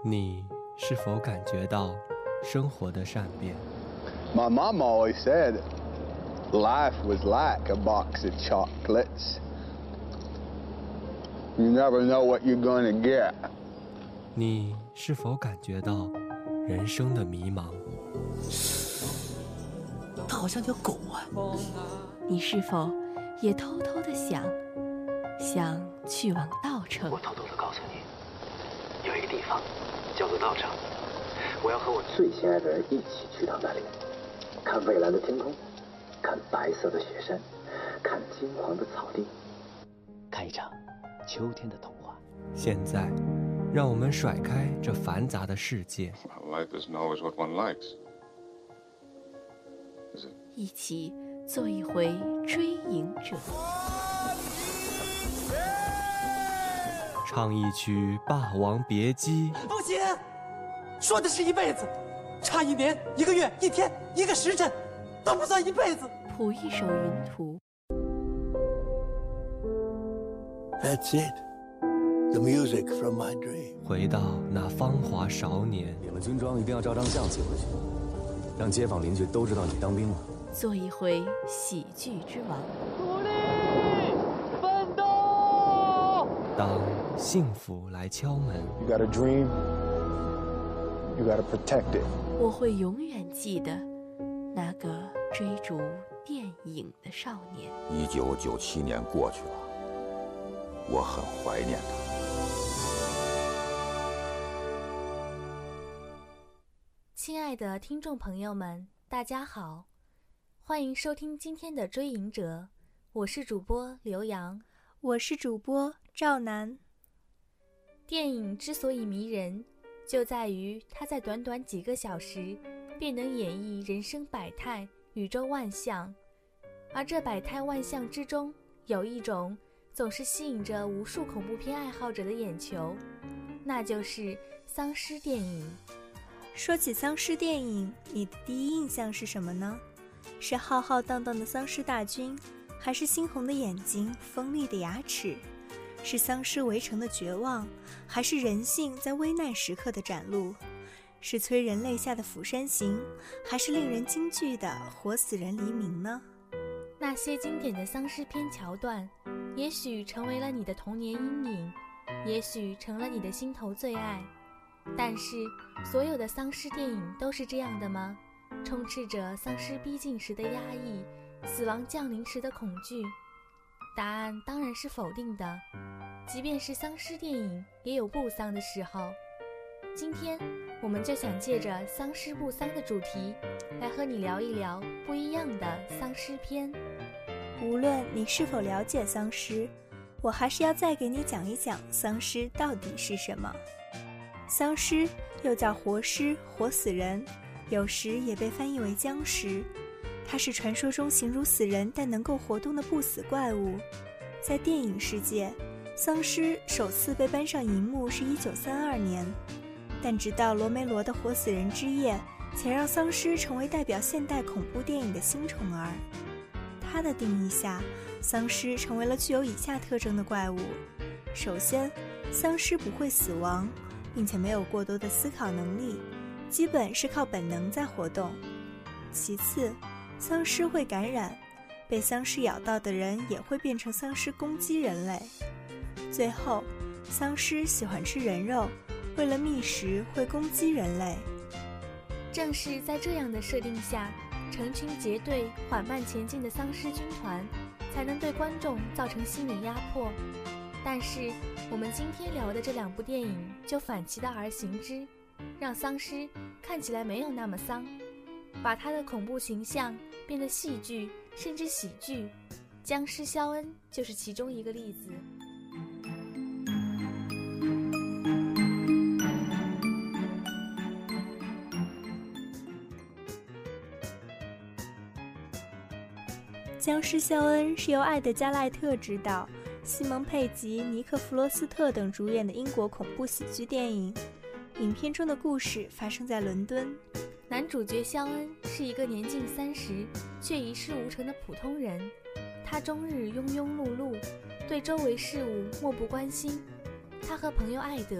你是否感觉到生活的善变？ My mom always said life was like a box of chocolates. You never know what you're going to get. 你是否感觉到人生的迷茫？ 它好像条狗啊！ 你是否也偷偷地想去往稻城？ 我偷偷地告诉你，有一个地方叫做稻城，我要和我最心爱的人一起去到那里，看蔚蓝的天空，看白色的雪山，看金黄的草地，看一场秋天的童话。 现在，让我们甩开这繁杂的世界。 Life isn't always what one likes. 一起做一回追影者， 唱一曲《霸王别姬》。 不行，说的是一辈子，差1年、1个月、1天、1个时辰，都不算一辈子。 谱一首云图。 That's it. The music from my dream. 回到那芳华少年。 领了军装一定要照张相寄回去，让街坊邻居都知道你当兵了。 做一回喜剧之王。 努力奋斗。 当幸福来敲门 You got a dream. You got to protect it. 我会永远记得那个追逐电影的少年。 1997年过去了，我很怀念他。 亲爱的听众朋友们，大家好，欢迎收听今天的追影者，我是主播刘洋， 我是主播赵楠。 电影之所以迷人，就在于它在短短几个小时便能演绎人生百态、宇宙万象，而这百态万象之中，有一种总是吸引着无数恐怖片爱好者的眼球，那就是丧尸电影。 说起丧尸电影，你的第一印象是什么呢？是浩浩荡荡的丧尸大军，还是猩红的眼睛、锋利的牙齿？是丧尸围城的绝望，还是人性在危难时刻的展露？是催人泪下的釜山行，还是令人惊惧的活死人黎明呢？ 那些经典的丧尸片桥段，也许成为了你的童年阴影，也许成了你的心头最爱。但是所有的丧尸电影都是这样的吗？充斥着丧尸逼近时的压抑，死亡降临时的恐惧。答案当然是否定的，即便是丧尸电影也有不丧的时候。今天我们就想借着丧尸不丧的主题，来和你聊一聊不一样的丧尸片。 无论你是否了解丧尸，我还是要再给你讲一讲丧尸到底是什么。丧尸又叫活尸、活死人，有时也被翻译为僵尸。它是传说中形如死人但能够活动的不死怪物。在电影世界，丧尸首次被搬上荧幕是1932年，但直到罗梅罗的《活死人之夜》才让丧尸成为代表现代恐怖电影的新宠儿。它的定义下，丧尸成为了具有以下特征的怪物。首先，丧尸不会死亡，并且没有过多的思考能力，基本是靠本能在活动。其次，丧尸会感染，被丧尸咬到的人也会变成丧尸攻击人类。最后，丧尸喜欢吃人肉，为了觅食会攻击人类。 正是在这样的设定下，成群结队缓慢前进的丧尸军团才能对观众造成心理压迫。但是我们今天聊的这两部电影就反其道而行之，让丧尸看起来没有那么丧，把他的恐怖形象变得戏剧甚至喜剧。僵尸肖恩就是其中一个例子。 僵尸肖恩是由艾德加赖特执导，西蒙佩吉、尼克弗罗斯特等主演的英国恐怖喜剧电影。影片中的故事发生在伦敦， 男主角肖恩是一个年近30却一事无成的普通人，他终日庸庸碌碌，对周围事物漠不关心。他和朋友艾德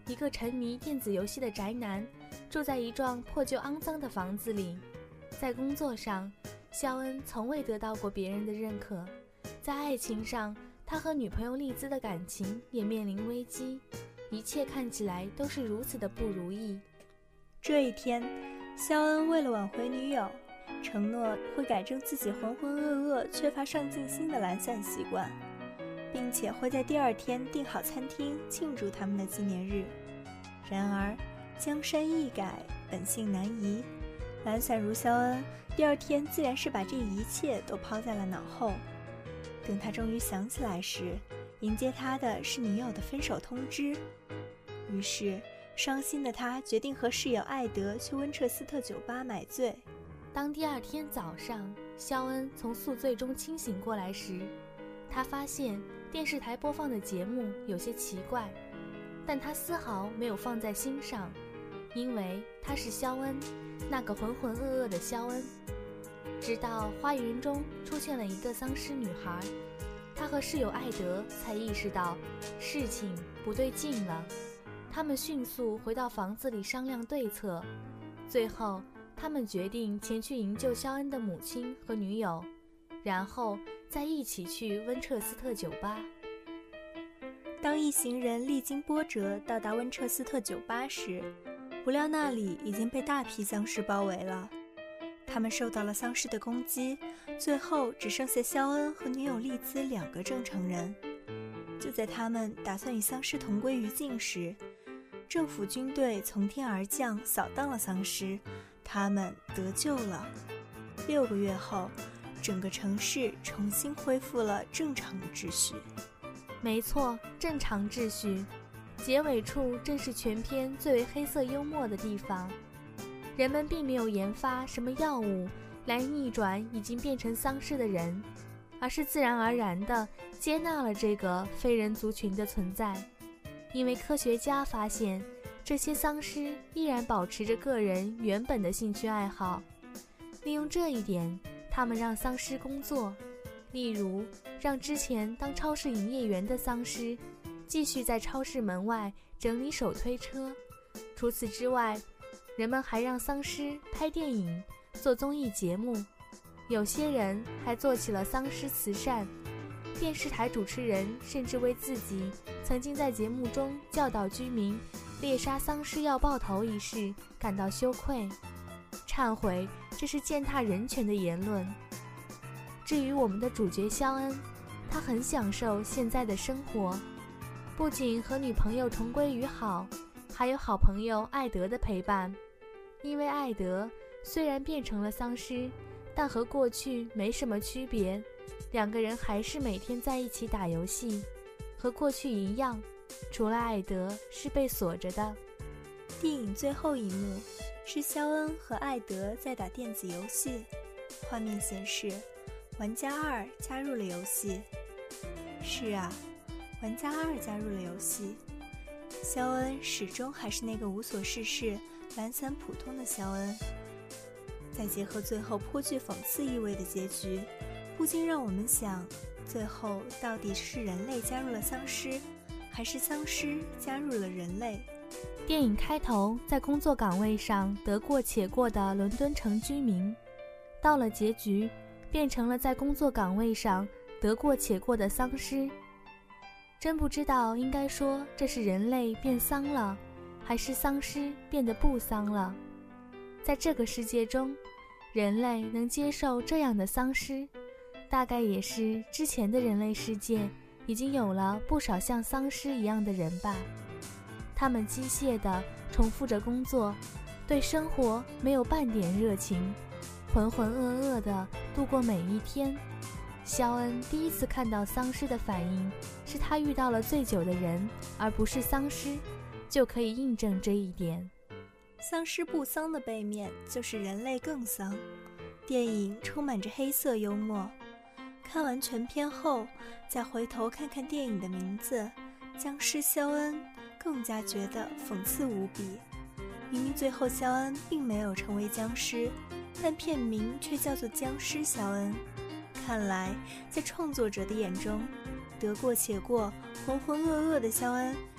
一个沉迷电子游戏的宅男，住在一幢破旧肮脏的房子里。在工作上，肖恩从未得到过别人的认可，在爱情上，他和女朋友丽兹的感情也面临危机，一切看起来都是如此的不如意。 这一天，肖恩为了挽回女友，承诺会改正自己浑浑噩噩、缺乏上进心的懒散习惯，并且会在第二天订好餐厅庆祝他们的纪念日。然而，江山易改，本性难移。懒散如肖恩，第二天自然是把这一切都抛在了脑后。等他终于想起来时，迎接他的是女友的分手通知。于是，伤心的他决定和室友艾德去温彻斯特酒吧买醉。 当第二天早上，肖恩从宿醉中清醒过来时，他发现电视台播放的节目有些奇怪，但他丝毫没有放在心上，因为他是肖恩，那个浑浑噩噩的肖恩。直到花园中出现了一个丧尸女孩，他和室友艾德才意识到事情不对劲了。他们迅速回到房子里商量对策，最后他们决定前去营救肖恩的母亲和女友，然后再一起去温彻斯特酒吧。 当一行人历经波折到达温彻斯特酒吧时，不料那里已经被大批丧尸包围了。他们受到了丧尸的攻击，最后只剩下肖恩和女友丽兹2个正常人。就在他们打算与丧尸同归于尽时，政府军队从天而降，扫荡了丧尸，他们得救了。6个月后，整个城市重新恢复了正常的秩序。 没错，正常秩序。结尾处正是全片最为黑色幽默的地方。人们并没有研发什么药物来逆转已经变成丧尸的人，而是自然而然地接纳了这个非人族群的存在。因为科学家发现，这些丧尸依然保持着个人原本的兴趣爱好。利用这一点，他们让丧尸工作，例如让之前当超市营业员的丧尸继续在超市门外整理手推车。除此之外，人们还让丧尸拍电影、做综艺节目，有些人还做起了丧尸慈善。电视台主持人甚至为自己曾经在节目中教导居民猎杀丧尸要爆头一事感到羞愧，忏悔这是践踏人权的言论。至于我们的主角肖恩，他很享受现在的生活，不仅和女朋友重归于好，还有好朋友艾德的陪伴。因为艾德虽然变成了丧尸，但和过去没什么区别，2个人还是每天在一起打游戏，和过去一样，除了艾德是被锁着的。 电影最后一幕是肖恩和艾德在打电子游戏，画面显示玩家2加入了游戏。是啊，玩家2加入了游戏。肖恩始终还是那个无所事事、懒散普通的肖恩。再结合最后颇具讽刺意味的结局，不禁让我们想，最后到底是人类加入了丧尸，还是丧尸加入了人类？ 电影开头在工作岗位上得过且过的伦敦城居民，到了结局变成了在工作岗位上得过且过的丧尸。真不知道应该说这是人类变丧了，还是丧尸变得不丧了。在这个世界中，人类能接受这样的丧尸，大概也是之前的人类世界已经有了不少像丧尸一样的人吧。他们机械地重复着工作，对生活没有半点热情，浑浑噩噩地度过每一天。肖恩第一次看到丧尸的反应是他遇到了醉酒的人，而不是丧尸，就可以印证这一点。 丧尸不丧的背面就是人类更丧。电影充满着黑色幽默，看完全片后再回头看看电影的名字僵尸肖恩，更加觉得讽刺无比。明明最后肖恩并没有成为僵尸，但片名却叫做僵尸肖恩。看来在创作者的眼中，得过且过、浑浑噩噩的肖恩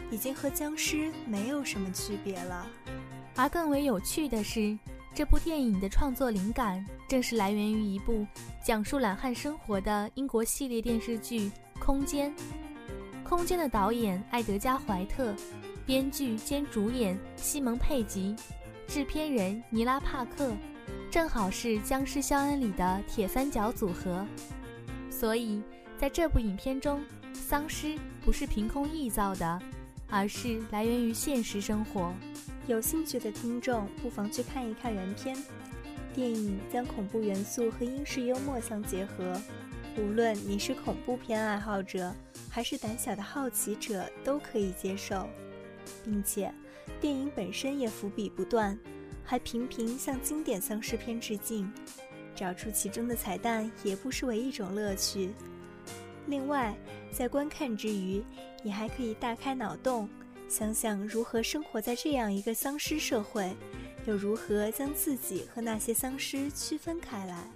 已经和僵尸没有什么区别了。 而更为有趣的是，这部电影的创作灵感正是来源于一部讲述懒汉生活的英国系列电视剧《空间》。《空间》的导演艾德加·怀特，编剧兼主演西蒙·佩吉，制片人尼拉·帕克，正好是《僵尸肖恩》里的铁三角组合。所以在这部影片中，丧尸不是凭空臆造的，而是来源于现实生活。 有兴趣的听众不妨去看一看原片。电影将恐怖元素和英式幽默相结合，无论你是恐怖片爱好者还是胆小的好奇者都可以接受，并且电影本身也伏笔不断，还频频向经典丧尸片致敬，找出其中的彩蛋也不失为一种乐趣。另外，在观看之余，你还可以大开脑洞，想想如何生活在这样一个丧尸社会，又如何将自己和那些丧尸区分开来。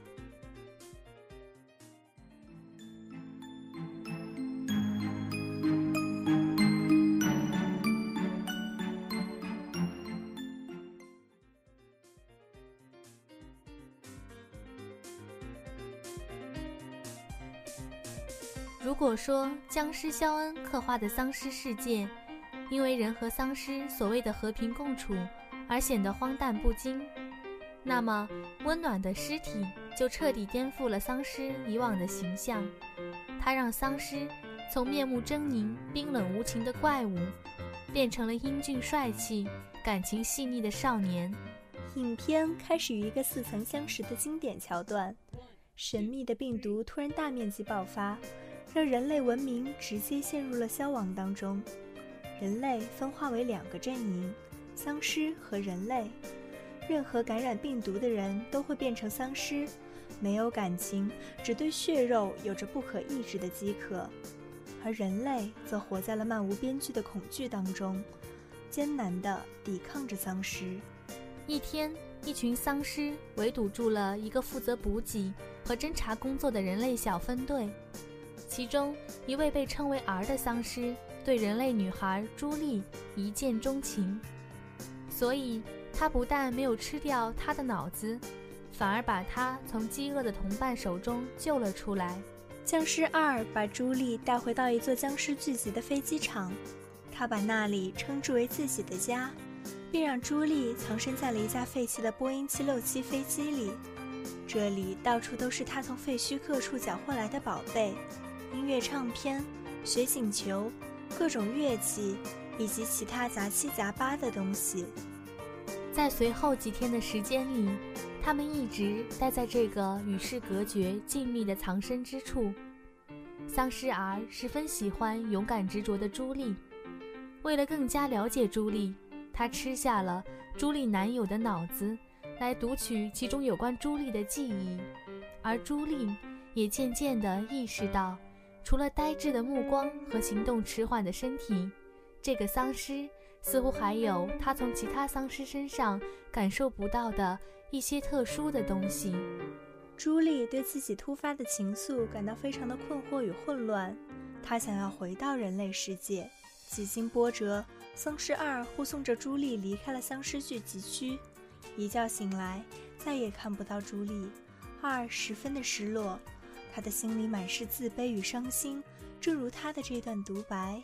如果说僵尸肖恩刻画的丧尸世界因为人和丧尸所谓的和平共处而显得荒诞不经，那么温暖的尸体就彻底颠覆了丧尸以往的形象。它让丧尸从面目狰狞、冰冷无情的怪物，变成了英俊帅气、感情细腻的少年。 影片开始于一个似曾相识的经典桥段：神秘的病毒突然大面积爆发，让人类文明直接陷入了消亡当中。人类分化为2个阵营，丧尸和人类。任何感染病毒的人都会变成丧尸，没有感情，只对血肉有着不可抑制的饥渴。而人类则活在了漫无边际的恐惧当中，艰难地抵抗着丧尸。 一天，一群丧尸围堵住了一个负责补给和侦察工作的人类小分队，其中一位被称为R的丧尸对人类女孩朱莉一见钟情，所以他不但没有吃掉她的脑子，反而把她从饥饿的同伴手中救了出来。 僵尸2把朱莉带回到一座僵尸聚集的飞机场，他把那里称之为自己的家，并让朱莉藏身在了一架废弃的波音767飞机里。这里到处都是他从废墟各处缴获来的宝贝，音乐唱片、水晶球、各种乐器以及其他杂七杂八的东西。 在随后几天的时间里，他们一直待在这个与世隔绝、静谧的藏身之处。丧尸 R 十分喜欢勇敢执着的朱莉，为了更加了解朱莉，他吃下了朱莉男友的脑子，来读取其中有关朱莉的记忆。而朱莉也渐渐地意识到，除了呆滞的目光和行动迟缓的身体，这个丧尸似乎还有他从其他丧尸身上感受不到的一些特殊的东西。 朱莉对自己突发的情愫感到非常的困惑与混乱，她想要回到人类世界。几经波折，丧尸2护送着朱莉离开了丧尸聚集区。一觉醒来，再也看不到朱莉，2十分的失落，他的心里满是自卑与伤心，正如他的这段独白。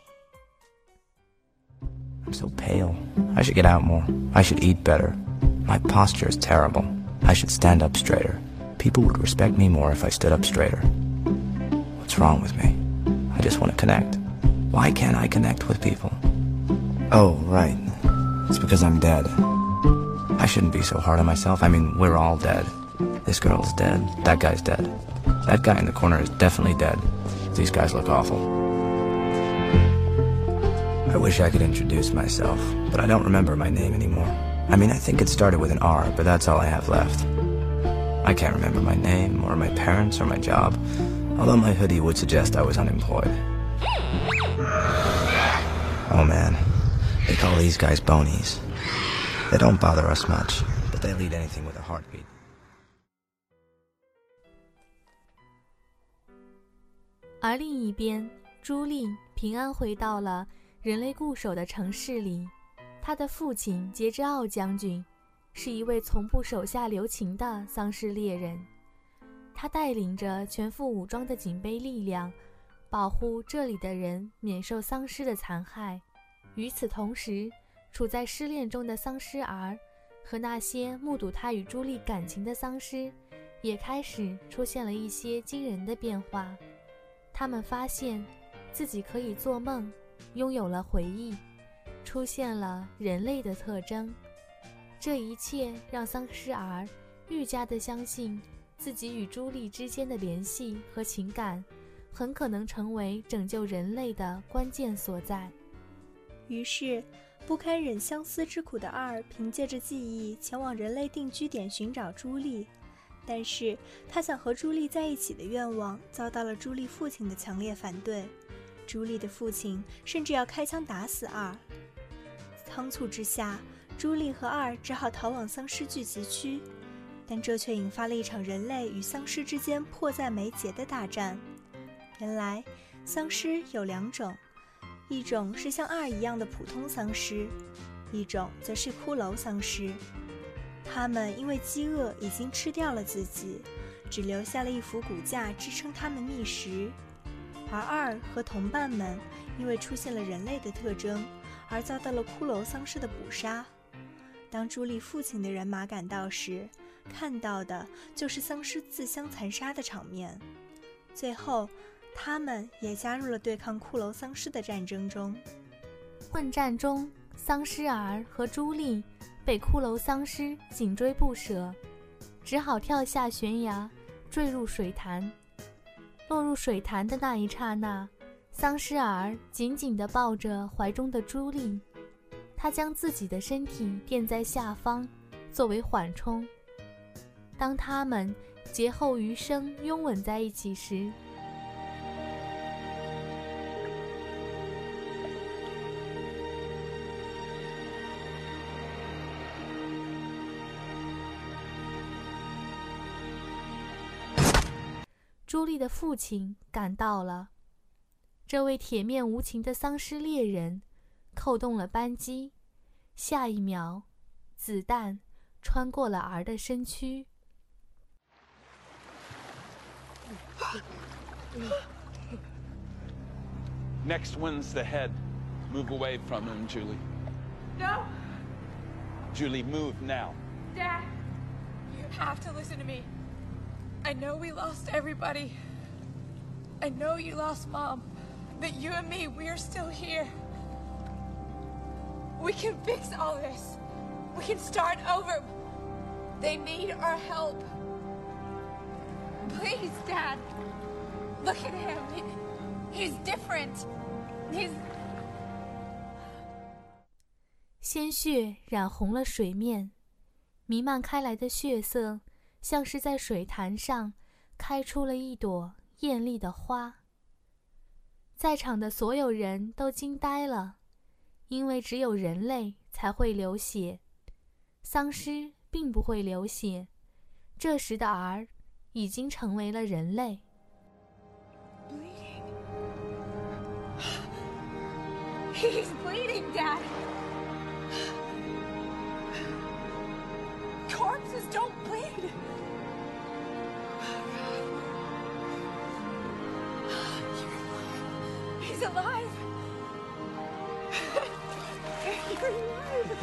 I'm so pale. I should get out more. I should eat better. My posture is terrible. I should stand up straighter. People would respect me more if I stood up straighter. What's wrong with me? I just want to connect. Why can't I connect with people? Oh, right. It's because I'm dead. I shouldn't be so hard on myself. I mean, we're all dead. This girl's dead. That guy's dead. That guy in the corner is definitely dead. These guys look awful. I wish I could introduce myself, but I don't remember my name anymore. I mean, I think it started with an R, but that's all I have left. I can't remember my name, or my parents, or my job, although my hoodie would suggest I was unemployed. Oh man, they call these guys bonies. They don't bother us much, but they lead anything with a heartbeat. 而另一边，朱莉平安回到了人类固守的城市里，他的父亲杰之奥将军是一位从不手下留情的丧尸猎人。他带领着全副武装的警备力量，保护这里的人免受丧尸的残害。与此同时，处在失恋中的丧尸儿和那些目睹他与朱莉感情的丧尸也开始出现了一些惊人的变化。他们发现自己可以做梦，拥有了回忆，出现了人类的特征。这一切让丧尸儿愈加地相信自己与朱莉之间的联系和情感很可能成为拯救人类的关键所在。 于是不堪忍相思之苦的二凭借着记忆前往人类定居点寻找朱莉，但是他想和朱莉在一起的愿望遭到了朱莉父亲的强烈反对。朱莉的父亲甚至要开枪打死二。仓促之下，朱莉和二只好逃往丧尸聚集区，但这却引发了一场人类与丧尸之间迫在眉睫的大战。原来丧尸有两种，一种是像二一样的普通丧尸，一种则是骷髅丧尸。他们因为饥饿已经吃掉了自己，只留下了一副骨架支撑他们觅食。而二和同伴们因为出现了人类的特征，而遭到了骷髅丧尸的捕杀。当朱莉父亲的人马赶到时，看到的就是丧尸自相残杀的场面。最后他们也加入了对抗骷髅丧尸的战争中。 混战中，丧尸儿和朱莉被骷髅丧尸紧追不舍，只好跳下悬崖坠入水潭。落入水潭的那一刹那，丧尸儿紧紧地抱着怀中的朱莉，他将自己的身体垫在下方作为缓冲。当他们劫后余生拥吻在一起时，朱莉的父亲赶到了。这位铁面无情的丧尸猎人扣动了扳机，下一秒，子弹穿过了儿的身躯。 Next one's the head. Move away from him, Julie. No. Julie, move now. Dad, you have to listen to me. I know we lost everybody. I know you lost Mom. But you and me, we're still here. We can fix all this. We can start over. They need our help. Please, Dad. Look at him. He's different. He's... 鲜血染红了水面，弥漫开来的血色像是在水潭上开出了一朵艳丽的花。在场的所有人都惊呆了，因为只有人类才会流血，丧尸并不会流血。这时的儿已经成为了人类。 He's bleeding, Dad. Corpses don't bleed. He's alive. You're alive.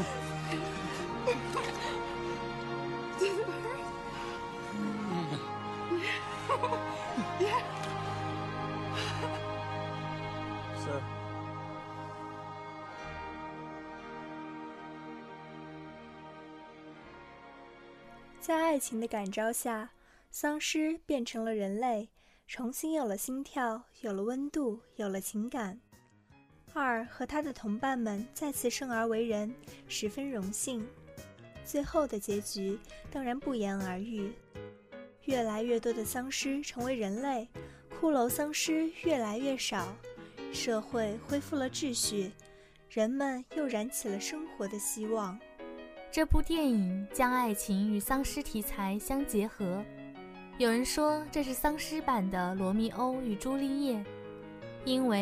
Does it hurt? Yeah. Sir. 在爱情的感召下，丧尸变成了人类，重新有了心跳，有了温度，有了情感。二和他的同伴们再次生而为人，十分荣幸。最后的结局当然不言而喻，越来越多的丧尸成为人类，骷髅丧尸越来越少，社会恢复了秩序，人们又燃起了生活的希望。 这部电影将爱情与丧尸题材相结合，有人说这是丧尸版的罗密欧与朱丽叶，因为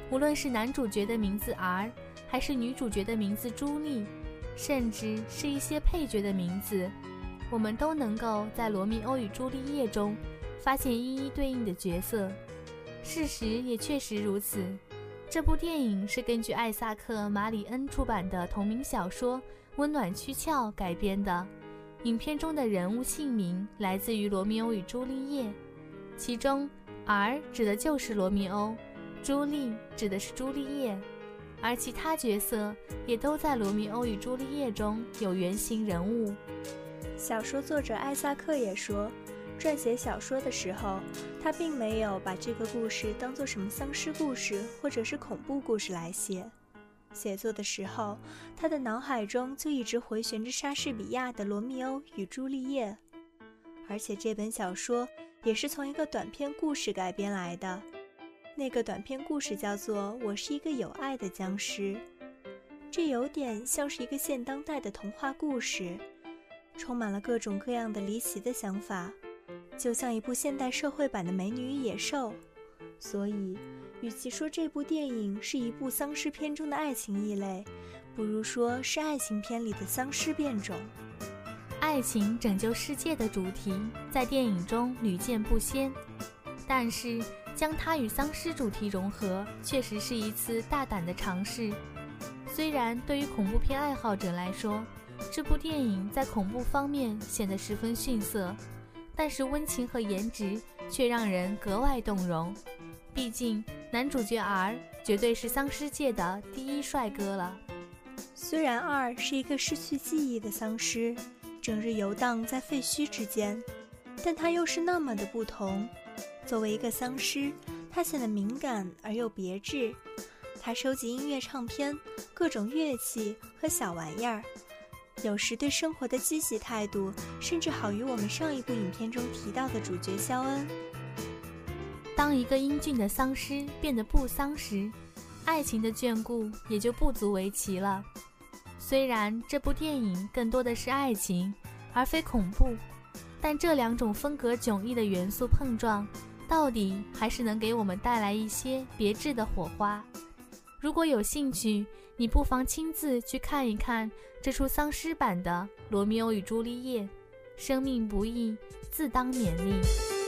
无论是男主角的名字 R， 还是女主角的名字朱莉，甚至是一些配角的名字，我们都能够在罗密欧与朱丽叶中发现一一对应的角色。事实也确实如此，这部电影是根据艾萨克·马里恩出版的同名小说《温暖躯壳》改编的。影片中的人物姓名来自于罗密欧与朱丽叶，其中 R 指的就是罗密欧，朱莉指的是朱丽叶，而其他角色也都在罗密欧与朱丽叶中有原型人物。 小说作者艾萨克也说，撰写小说的时候，他并没有把这个故事当作什么丧尸故事或者是恐怖故事来写。写作的时候，他的脑海中就一直回旋着莎士比亚的《罗密欧与朱丽叶》，而且这本小说也是从一个短篇故事改编来的。那个短篇故事叫做《我是一个有爱的僵尸》，这有点像是一个现当代的童话故事，充满了各种各样的离奇的想法，就像一部现代社会版的《美女与野兽》。所以与其说这部电影是一部丧尸片中的爱情异类，不如说是爱情片里的丧尸变种。 爱情拯救世界的主题在电影中屡见不鲜，但是将它与丧尸主题融合确实是一次大胆的尝试。虽然对于恐怖片爱好者来说，这部电影在恐怖方面显得十分逊色，但是温情和颜值却让人格外动容。毕竟男主角 R 绝对是丧尸界的第一帅哥了。 虽然 R 是一个失去记忆的丧尸，整日游荡在废墟之间，但他又是那么的不同。作为一个丧尸，他显得敏感而又别致。他收集音乐唱片、各种乐器和小玩意儿，有时对生活的积极态度甚至好于我们上一部影片中提到的主角肖恩。 当一个英俊的丧尸变得不丧时，爱情的眷顾也就不足为奇了。虽然这部电影更多的是爱情而非恐怖，但这两种风格迥异的元素碰撞，到底还是能给我们带来一些别致的火花。如果有兴趣，你不妨亲自去看一看这出丧尸版的《罗密欧与朱丽叶》，生命不易，自当勉励。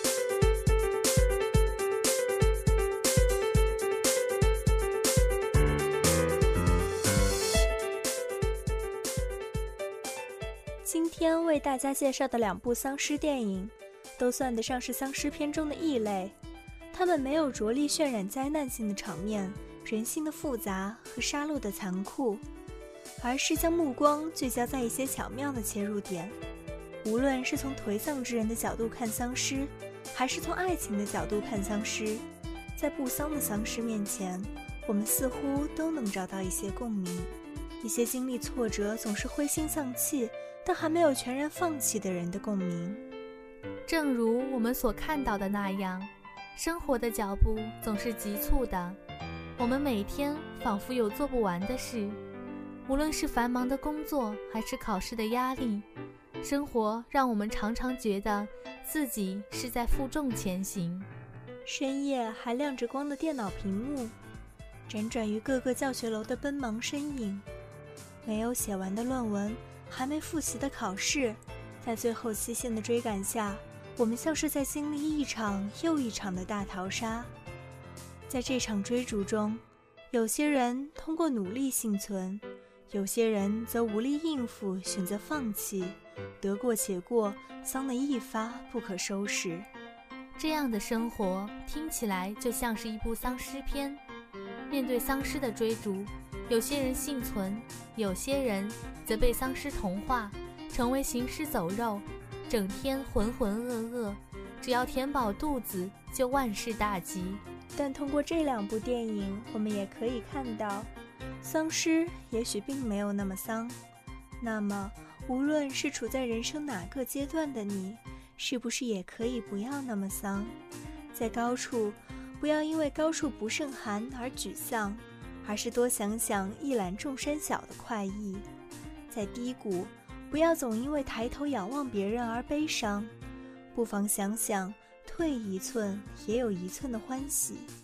今天为大家介绍的两部丧尸电影，都算得上是丧尸片中的异类。他们没有着力渲染灾难性的场面、人性的复杂和杀戮的残酷，而是将目光聚焦在一些巧妙的切入点。无论是从颓丧之人的角度看丧尸，还是从爱情的角度看丧尸，在不丧的丧尸面前，我们似乎都能找到一些共鸣。一些经历挫折总是灰心丧气，但还没有全然放弃的人的共鸣。 正如我们所看到的那样，生活的脚步总是急促的，我们每天仿佛有做不完的事，无论是繁忙的工作还是考试的压力，生活让我们常常觉得自己是在负重前行。 深夜还亮着光的电脑屏幕，辗转于各个教学楼的奔忙身影，没有写完的论文，还没复习的考试，在最后期限的追赶下，我们像是在经历一场又一场的大逃杀。在这场追逐中，有些人通过努力幸存，有些人则无力应付，选择放弃，得过且过，丧得一发不可收拾。 这样的生活听起来就像是一部丧尸片。面对丧尸的追逐，有些人幸存，有些人则被丧尸同化，成为行尸走肉，整天浑浑噩噩，只要填饱肚子就万事大吉。 但通过这两部电影，我们也可以看到，丧尸也许并没有那么丧。那么无论是处在人生哪个阶段的你，是不是也可以不要那么丧？在高处，不要因为高处不胜寒而沮丧，而是多想想一览众山小的快意。在低谷，不要总因为抬头仰望别人而悲伤，不妨想想退一寸也有一寸的欢喜。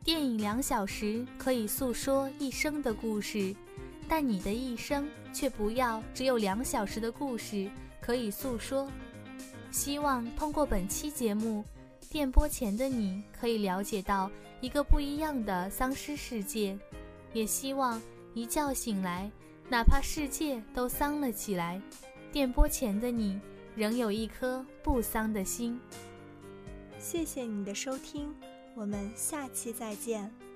电影2小时可以诉说一生的故事，但你的一生却不要只有2小时的故事可以诉说。希望通过本期节目，电波前的你可以了解到一个不一样的丧尸世界，也希望一觉醒来，哪怕世界都丧了起来，电波前的你仍有一颗不丧的心。 谢谢你的收听，我们下期再见。